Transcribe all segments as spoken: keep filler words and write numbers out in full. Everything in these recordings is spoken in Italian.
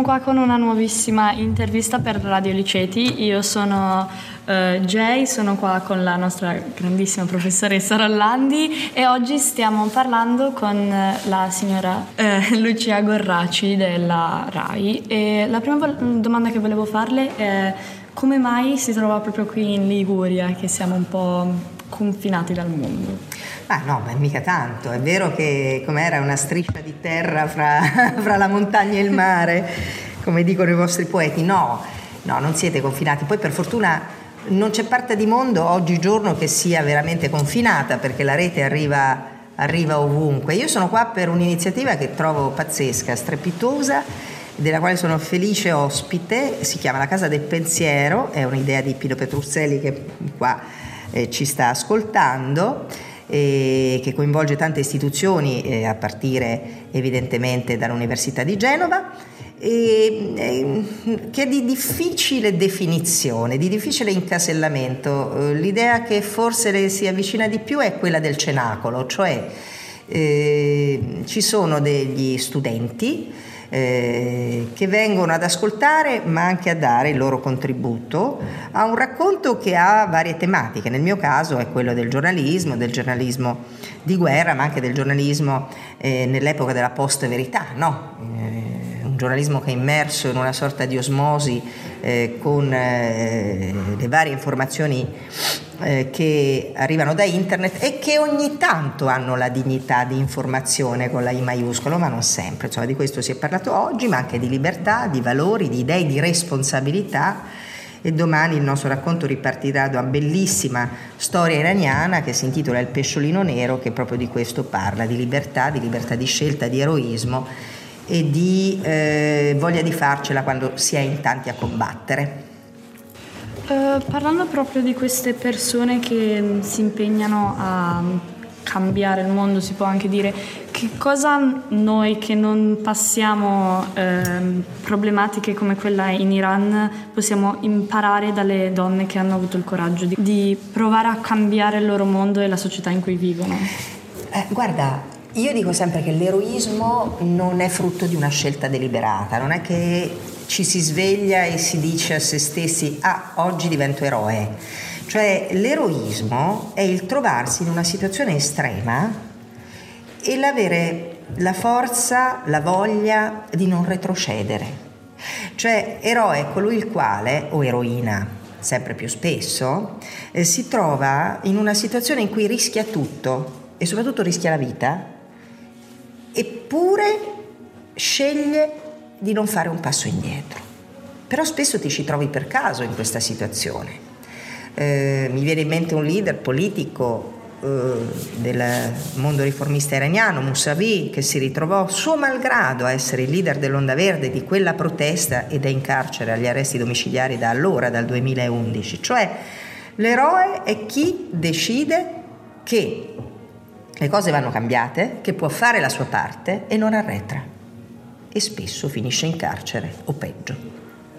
Siamo qua con una nuovissima intervista per Radio Liceti. Io sono uh, Jay, sono qua con la nostra grandissima professoressa Rollandi e oggi stiamo parlando con uh, la signora uh, Lucia Gorraci della RAI. E la prima vo- domanda che volevo farle è: come mai si trova proprio qui in Liguria, che siamo un po' confinati dal mondo? Ah no, ma mica tanto, è vero che com'era una striscia di terra fra, fra la montagna e il mare, come dicono i vostri poeti. No, no, non siete confinati. Poi per fortuna non c'è parte di mondo oggigiorno che sia veramente confinata, perché la rete arriva, arriva ovunque. Io sono qua per un'iniziativa che trovo pazzesca, strepitosa, della quale sono felice ospite. Si chiama La Casa del Pensiero, è un'idea di Pino Petruzzelli che qua eh, ci sta ascoltando, e che coinvolge tante istituzioni, eh, a partire evidentemente dall'Università di Genova, e, e, che è di difficile definizione, di difficile incasellamento. L'idea che forse le si avvicina di più è quella del cenacolo, cioè eh, ci sono degli studenti Eh, che vengono ad ascoltare ma anche a dare il loro contributo a un racconto che ha varie tematiche. Nel mio caso è quello del giornalismo, del giornalismo di guerra, ma anche del giornalismo eh, nell'epoca della post-verità, no? Eh, un giornalismo che è immerso in una sorta di osmosi eh, con eh, le varie informazioni eh, che arrivano da internet e che ogni tanto hanno la dignità di informazione con la I maiuscola, ma non sempre. Insomma, di questo si è parlato oggi, ma anche di libertà, di valori, di idee, di responsabilità. E domani il nostro racconto ripartirà da una bellissima storia iraniana che si intitola Il pesciolino nero, che proprio di questo parla, di libertà, di libertà di scelta, di eroismo e di eh, voglia di farcela quando si è in tanti a combattere. Uh, parlando proprio di queste persone che mh, si impegnano a cambiare il mondo, si può anche dire, che cosa noi che non passiamo eh, problematiche come quella in Iran possiamo imparare dalle donne che hanno avuto il coraggio di, di provare a cambiare il loro mondo e la società in cui vivono? Eh, guarda, io dico sempre che l'eroismo non è frutto di una scelta deliberata, non è che ci si sveglia e si dice a se stessi: ah, oggi divento eroe. Cioè l'eroismo è il trovarsi in una situazione estrema e l'avere la forza, la voglia di non retrocedere. Cioè eroe è colui il quale, o eroina sempre più spesso, eh, si trova in una situazione in cui rischia tutto e soprattutto rischia la vita, eppure sceglie di non fare un passo indietro. Però spesso ti ci trovi per caso in questa situazione. Eh, mi viene in mente un leader politico eh, del mondo riformista iraniano, Mousavi, che si ritrovò suo malgrado a essere il leader dell'Onda Verde di quella protesta ed è in carcere agli arresti domiciliari da allora, dal duemilaundici. Cioè l'eroe è chi decide che le cose vanno cambiate, che può fare la sua parte e non arretra, e spesso finisce in carcere o peggio.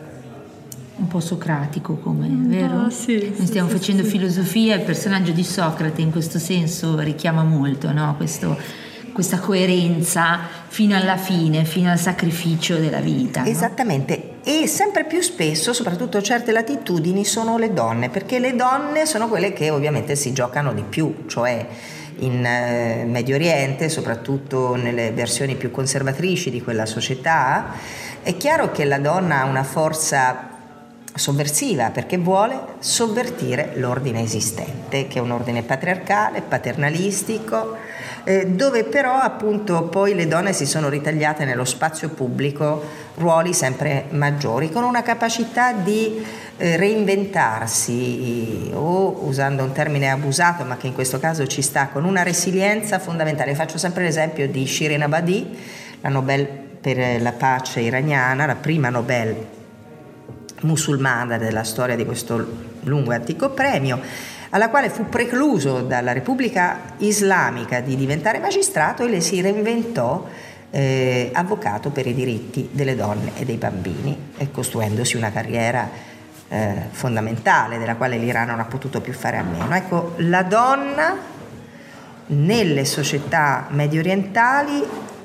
Un po' socratico come, mm, vero? Oh, sì, Noi sì, stiamo sì, facendo sì. filosofia, il personaggio di Socrate in questo senso richiama molto, no? Questo, questa coerenza fino alla fine, fino al sacrificio della vita. Esattamente, no? E sempre più spesso, soprattutto a certe latitudini, sono le donne, perché le donne sono quelle che ovviamente si giocano di più, cioè in eh, Medio Oriente, soprattutto nelle versioni più conservatrici di quella società, è chiaro che la donna ha una forza sovversiva perché vuole sovvertire l'ordine esistente, che è un ordine patriarcale, paternalistico, eh, dove però appunto poi le donne si sono ritagliate nello spazio pubblico ruoli sempre maggiori, con una capacità di eh, reinventarsi, o usando un termine abusato ma che in questo caso ci sta, con una resilienza fondamentale. Faccio sempre l'esempio di Shirin Ebadi, la Nobel per la pace iraniana, la prima Nobel musulmana della storia di questo lungo e antico premio, alla quale fu precluso dalla Repubblica Islamica di diventare magistrato, e le si reinventò eh, avvocato per i diritti delle donne e dei bambini, e costruendosi una carriera eh, fondamentale della quale l'Iran non ha potuto più fare a meno. Ecco, la donna nelle società medio orientali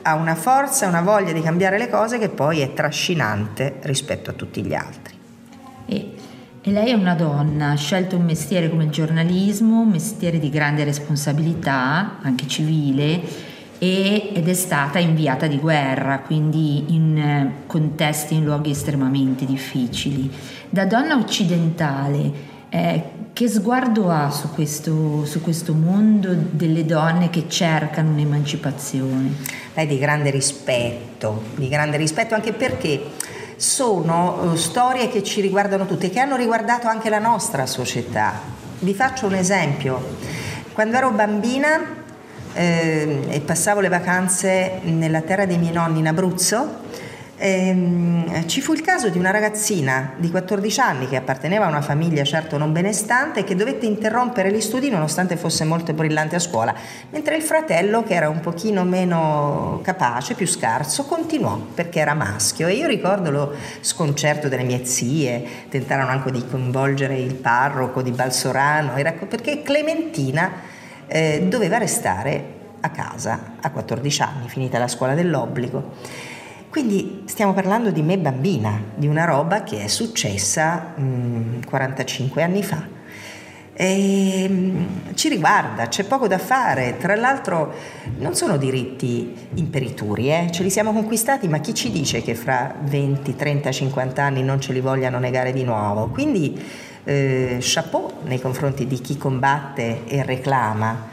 ha una forza, una voglia di cambiare le cose che poi è trascinante rispetto a tutti gli altri. E, e lei è una donna, ha scelto un mestiere come il giornalismo, un mestiere di grande responsabilità, anche civile, e, ed è stata inviata di guerra, quindi in contesti, in luoghi estremamente difficili. Da donna occidentale, eh, che sguardo ha su questo, su questo mondo delle donne che cercano un'emancipazione? Lei di grande rispetto, di grande rispetto anche perché sono uh, storie che ci riguardano tutte, che hanno riguardato anche la nostra società. Vi faccio un esempio. Quando ero bambina eh, e passavo le vacanze nella terra dei miei nonni in Abruzzo, ehm, ci fu il caso di una ragazzina di quattordici anni che apparteneva a una famiglia certo non benestante e che dovette interrompere gli studi nonostante fosse molto brillante a scuola, mentre il fratello, che era un pochino meno capace, più scarso, continuò perché era maschio. E io ricordo lo sconcerto delle mie zie, tentarono anche di coinvolgere il parroco di Balsorano, era perché Clementina eh, doveva restare a casa a quattordici anni, finita la scuola dell'obbligo. Quindi stiamo parlando di me bambina, di una roba che è successa mh, quarantacinque anni fa. E, mh, ci riguarda, c'è poco da fare. Tra l'altro non sono diritti imperituri, eh? Ce li siamo conquistati, ma chi ci dice che fra venti, trenta, cinquanta anni non ce li vogliano negare di nuovo? Quindi eh, chapeau nei confronti di chi combatte e reclama.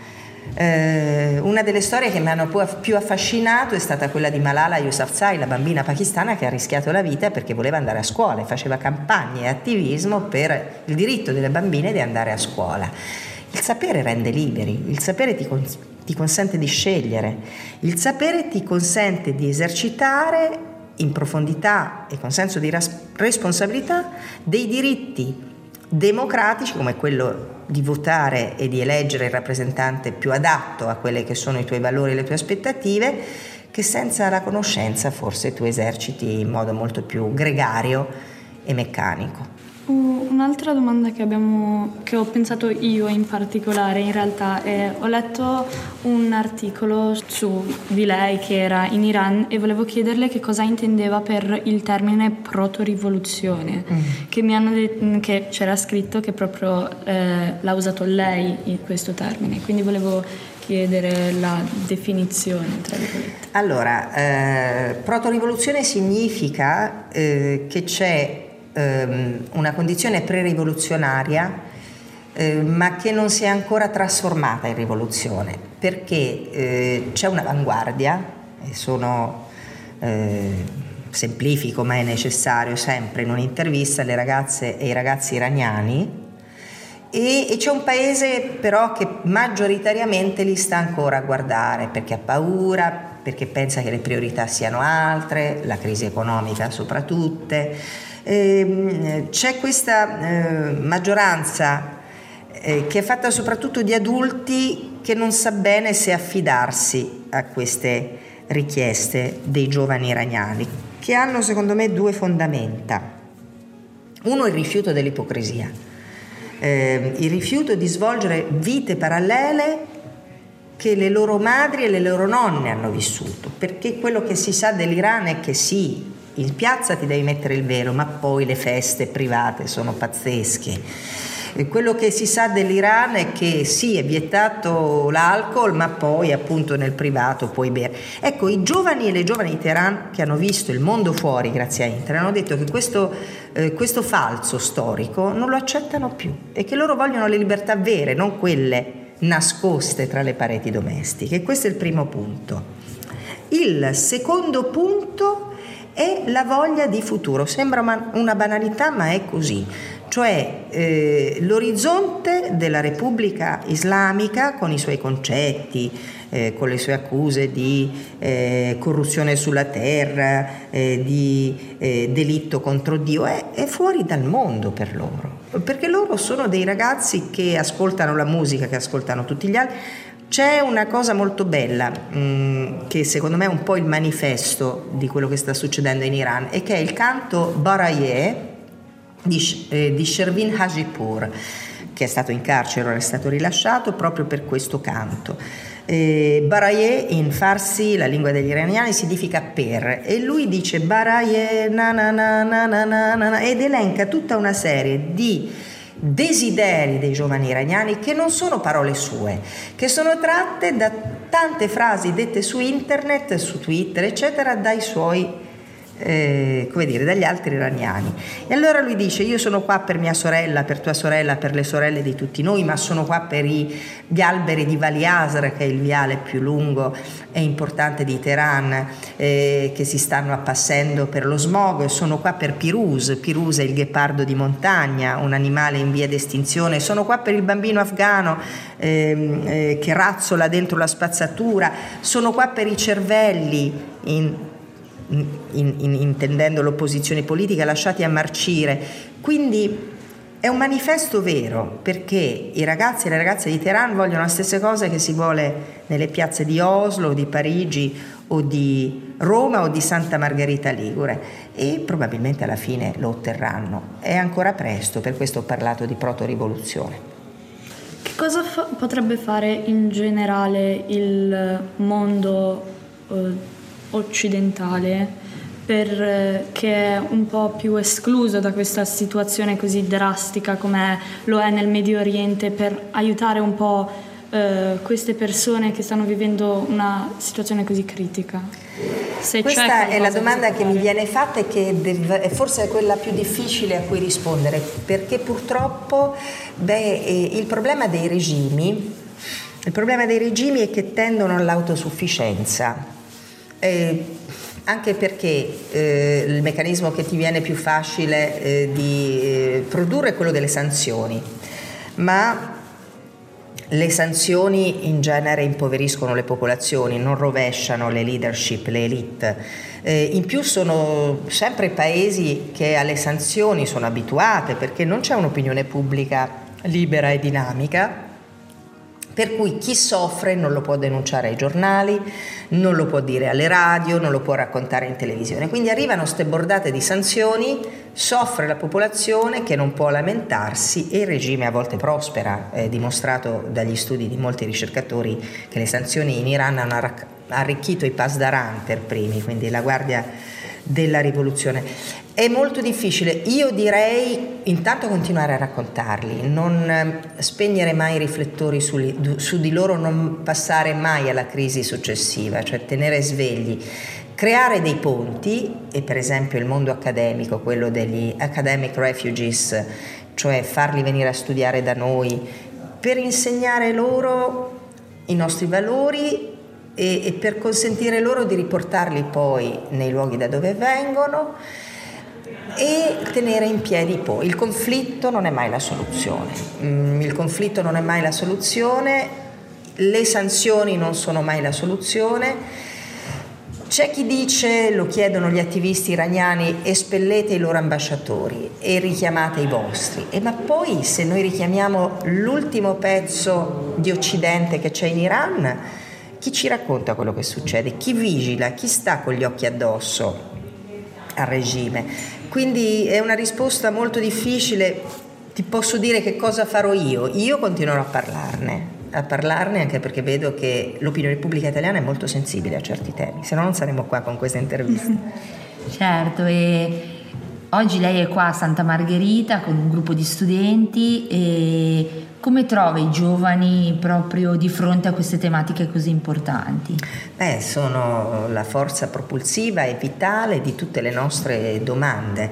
Eh, una delle storie che mi hanno più affascinato è stata quella di Malala Yousafzai, la bambina pakistana che ha rischiato la vita perché voleva andare a scuola e faceva campagne e attivismo per il diritto delle bambine di andare a scuola. Il sapere rende liberi, il sapere ti, cons- ti consente di scegliere, il sapere ti consente di esercitare in profondità e con senso di ras- responsabilità dei diritti democratici come quello di votare e di eleggere il rappresentante più adatto a quelle che sono i tuoi valori e le tue aspettative, che senza la conoscenza forse tu eserciti in modo molto più gregario e meccanico. Uh, un'altra domanda che abbiamo, che ho pensato io in particolare in realtà è, ho letto un articolo su di lei che era in Iran e volevo chiederle che cosa intendeva per il termine proto-rivoluzione, mm. che mi hanno detto che c'era scritto che proprio eh, l'ha usato lei in questo termine, quindi volevo chiedere la definizione tra virgolette. Allora, eh, proto-rivoluzione significa eh, che c'è una condizione pre-rivoluzionaria eh, ma che non si è ancora trasformata in rivoluzione, perché eh, c'è un'avanguardia e sono eh, semplifico ma è necessario sempre in un'intervista alle ragazze e i ragazzi iraniani e, e c'è un paese però che maggioritariamente li sta ancora a guardare perché ha paura, perché pensa che le priorità siano altre, la crisi economica sopra tutte. Eh, c'è questa eh, maggioranza eh, che è fatta soprattutto di adulti che non sa bene se affidarsi a queste richieste dei giovani iraniani, che hanno secondo me due fondamenta. Uno, il rifiuto dell'ipocrisia, eh, il rifiuto di svolgere vite parallele che le loro madri e le loro nonne hanno vissuto, perché quello che si sa dell'Iran è che sì, in piazza ti devi mettere il velo, ma poi le feste private sono pazzesche. E quello che si sa dell'Iran è che sì, è vietato l'alcol, ma poi appunto nel privato puoi bere. Ecco, i giovani e le giovani di Teheran che hanno visto il mondo fuori grazie a internet hanno detto che questo, eh, questo falso storico non lo accettano più e che loro vogliono le libertà vere, non quelle nascoste tra le pareti domestiche. E questo è il primo punto. Il secondo punto è la voglia di futuro. Sembra una banalità, ma è così. Cioè eh, l'orizzonte della Repubblica Islamica con i suoi concetti, eh, con le sue accuse di eh, corruzione sulla terra, eh, di eh, delitto contro Dio, è, è fuori dal mondo per loro. Perché loro sono dei ragazzi che ascoltano la musica, che ascoltano tutti gli altri. C'è una cosa molto bella mh, che secondo me è un po' il manifesto di quello che sta succedendo in Iran e che è il canto Baraye di, eh, di Shervin Hajipur, che è stato in carcere, ora è stato rilasciato proprio per questo canto. Eh, Baraye in Farsi, la lingua degli iraniani, significa per, e lui dice Baraye na na na na na na na, ed elenca tutta una serie di desideri dei giovani iraniani che non sono parole sue, che sono tratte da tante frasi dette su internet, su Twitter eccetera, dai suoi Eh, come dire, dagli altri iraniani. E allora lui dice: io sono qua per mia sorella, per tua sorella, per le sorelle di tutti noi, ma sono qua per i, gli alberi di Vali Asr, che è il viale più lungo e importante di Teheran, eh, che si stanno appassendo per lo smog. Sono qua per Piruz, Piruz è il ghepardo di montagna, un animale in via d'estinzione. Sono qua per il bambino afghano eh, eh, che razzola dentro la spazzatura. Sono qua per i cervelli in In, in, intendendo l'opposizione politica, lasciati a marcire. Quindi è un manifesto vero, perché i ragazzi e le ragazze di Teheran vogliono la stessa cosa che si vuole nelle piazze di Oslo, di Parigi o di Roma o di Santa Margherita Ligure, e probabilmente alla fine lo otterranno. È ancora presto, per questo ho parlato di proto-rivoluzione. Che cosa fa- potrebbe fare in generale il mondo eh, occidentale, per, eh, che è un po' più escluso da questa situazione così drastica come lo è nel Medio Oriente, per aiutare un po' eh, queste persone che stanno vivendo una situazione così critica? Se Questa c'è è la domanda che fare. mi viene fatta e che deve, è forse quella più difficile a cui rispondere, perché purtroppo beh, eh, il problema dei regimi il problema dei regimi è che tendono all'autosufficienza. Eh, anche perché eh, il meccanismo che ti viene più facile eh, di eh, produrre è quello delle sanzioni, ma le sanzioni in genere impoveriscono le popolazioni, non rovesciano le leadership, le elite. Eh, in più sono sempre paesi che alle sanzioni sono abituate, perché non c'è un'opinione pubblica libera e dinamica, per cui chi soffre non lo può denunciare ai giornali, non lo può dire alle radio, non lo può raccontare in televisione. Quindi arrivano ste bordate di sanzioni, soffre la popolazione che non può lamentarsi e il regime a volte prospera. È dimostrato dagli studi di molti ricercatori che le sanzioni in Iran hanno arricchito i Pasdaran per primi, quindi la guardia della rivoluzione. È molto difficile. Io direi intanto continuare a raccontarli, non spegnere mai i riflettori su, su di loro, non passare mai alla crisi successiva, cioè tenere svegli, creare dei ponti, e per esempio il mondo accademico, quello degli academic refugees, cioè farli venire a studiare da noi per insegnare loro i nostri valori e, e per consentire loro di riportarli poi nei luoghi da dove vengono, e tenere in piedi poi. Il conflitto non è mai la soluzione, mm, il conflitto non è mai la soluzione, le sanzioni non sono mai la soluzione. C'è chi dice, lo chiedono gli attivisti iraniani, espellete i loro ambasciatori e richiamate i vostri. E ma poi se noi richiamiamo l'ultimo pezzo di Occidente che c'è in Iran, chi ci racconta quello che succede? Chi vigila? Chi sta con gli occhi addosso al regime? Quindi è una risposta molto difficile. Ti posso dire che cosa farò io? Io continuerò a parlarne, a parlarne anche perché vedo che l'opinione pubblica italiana è molto sensibile a certi temi, se no non saremmo qua con questa intervista. Certo, e oggi lei è qua a Santa Margherita con un gruppo di studenti, e come trova i giovani proprio di fronte a queste tematiche così importanti? Beh, sono la forza propulsiva e vitale di tutte le nostre domande.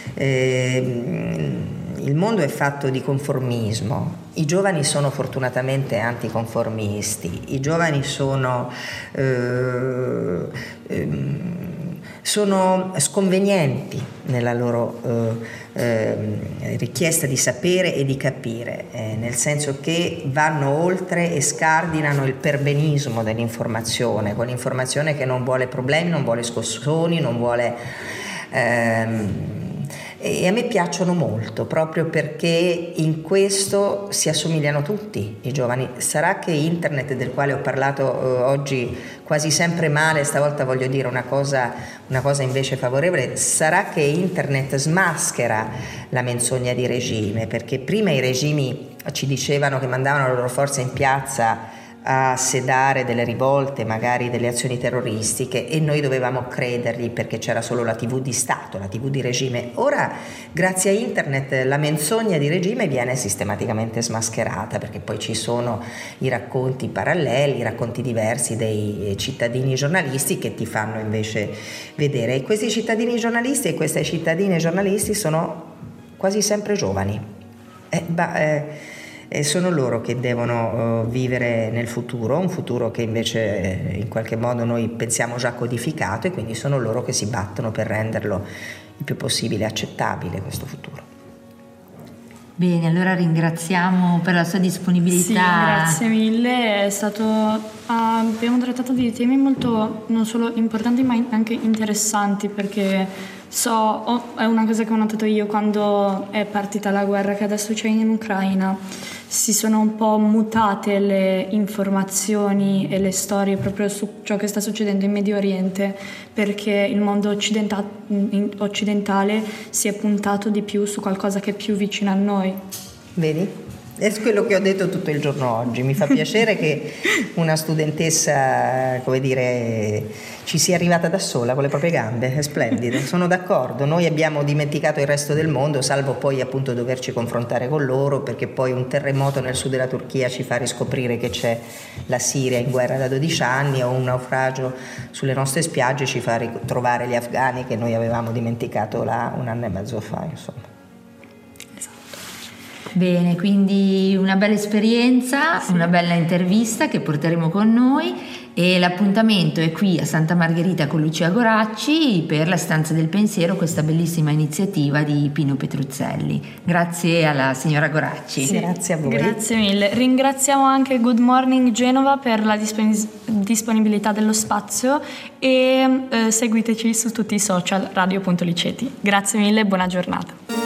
Eh, il mondo è fatto di conformismo, i giovani sono fortunatamente anticonformisti, i giovani sono, eh, eh, sono sconvenienti nella loro eh, eh, richiesta di sapere e di capire, eh, nel senso che vanno oltre e scardinano il perbenismo dell'informazione, quell'informazione che non vuole problemi, non vuole scossoni, non vuole... Ehm, e a me piacciono molto, proprio perché in questo si assomigliano tutti i giovani. Sarà che internet, del quale ho parlato eh, oggi quasi sempre male, stavolta voglio dire una cosa, una cosa invece favorevole, sarà che internet smaschera la menzogna di regime, perché prima i regimi ci dicevano che mandavano le loro forze in piazza a sedare delle rivolte, magari delle azioni terroristiche, e noi dovevamo credergli perché c'era solo la tivù di Stato, la tivù di regime. Ora, grazie a internet, la menzogna di regime viene sistematicamente smascherata, perché poi ci sono i racconti paralleli, i racconti diversi dei cittadini giornalisti che ti fanno invece vedere. E questi cittadini giornalisti e queste cittadine giornalisti sono quasi sempre giovani. Eh, bah, eh, E sono loro che devono uh, vivere nel futuro, un futuro che invece eh, in qualche modo noi pensiamo già codificato, e quindi sono loro che si battono per renderlo il più possibile accettabile questo futuro. Bene, allora ringraziamo per la sua disponibilità. Sì, grazie mille, è stato, uh, abbiamo trattato di temi molto non solo importanti ma anche interessanti, perché so, oh, è una cosa che ho notato io quando è partita la guerra che adesso c'è in Ucraina. Si sono un po' mutate le informazioni e le storie proprio su ciò che sta succedendo in Medio Oriente, perché il mondo occidenta- occidentale si è puntato di più su qualcosa che è più vicino a noi. Vedi? È quello che ho detto tutto il giorno oggi. Mi fa piacere che una studentessa, come dire, ci sia arrivata da sola con le proprie gambe. È splendido, sono d'accordo. Noi abbiamo dimenticato il resto del mondo, salvo poi appunto doverci confrontare con loro, perché poi un terremoto nel sud della Turchia ci fa riscoprire che c'è la Siria in guerra da dodici anni, o un naufragio sulle nostre spiagge ci fa ritrovare gli afghani che noi avevamo dimenticato là un anno e mezzo fa, insomma. Bene, quindi una bella esperienza, sì. Una bella intervista che porteremo con noi, e l'appuntamento è qui a Santa Margherita con Lucia Goracci per la Stanza del Pensiero, questa bellissima iniziativa di Pino Petruzzelli. Grazie alla signora Goracci. Sì, grazie a voi. Grazie mille. Ringraziamo anche Good Morning Genova per la dispon- disponibilità dello spazio, e eh, seguiteci su tutti i social radio punto liceti. Grazie mille e buona giornata.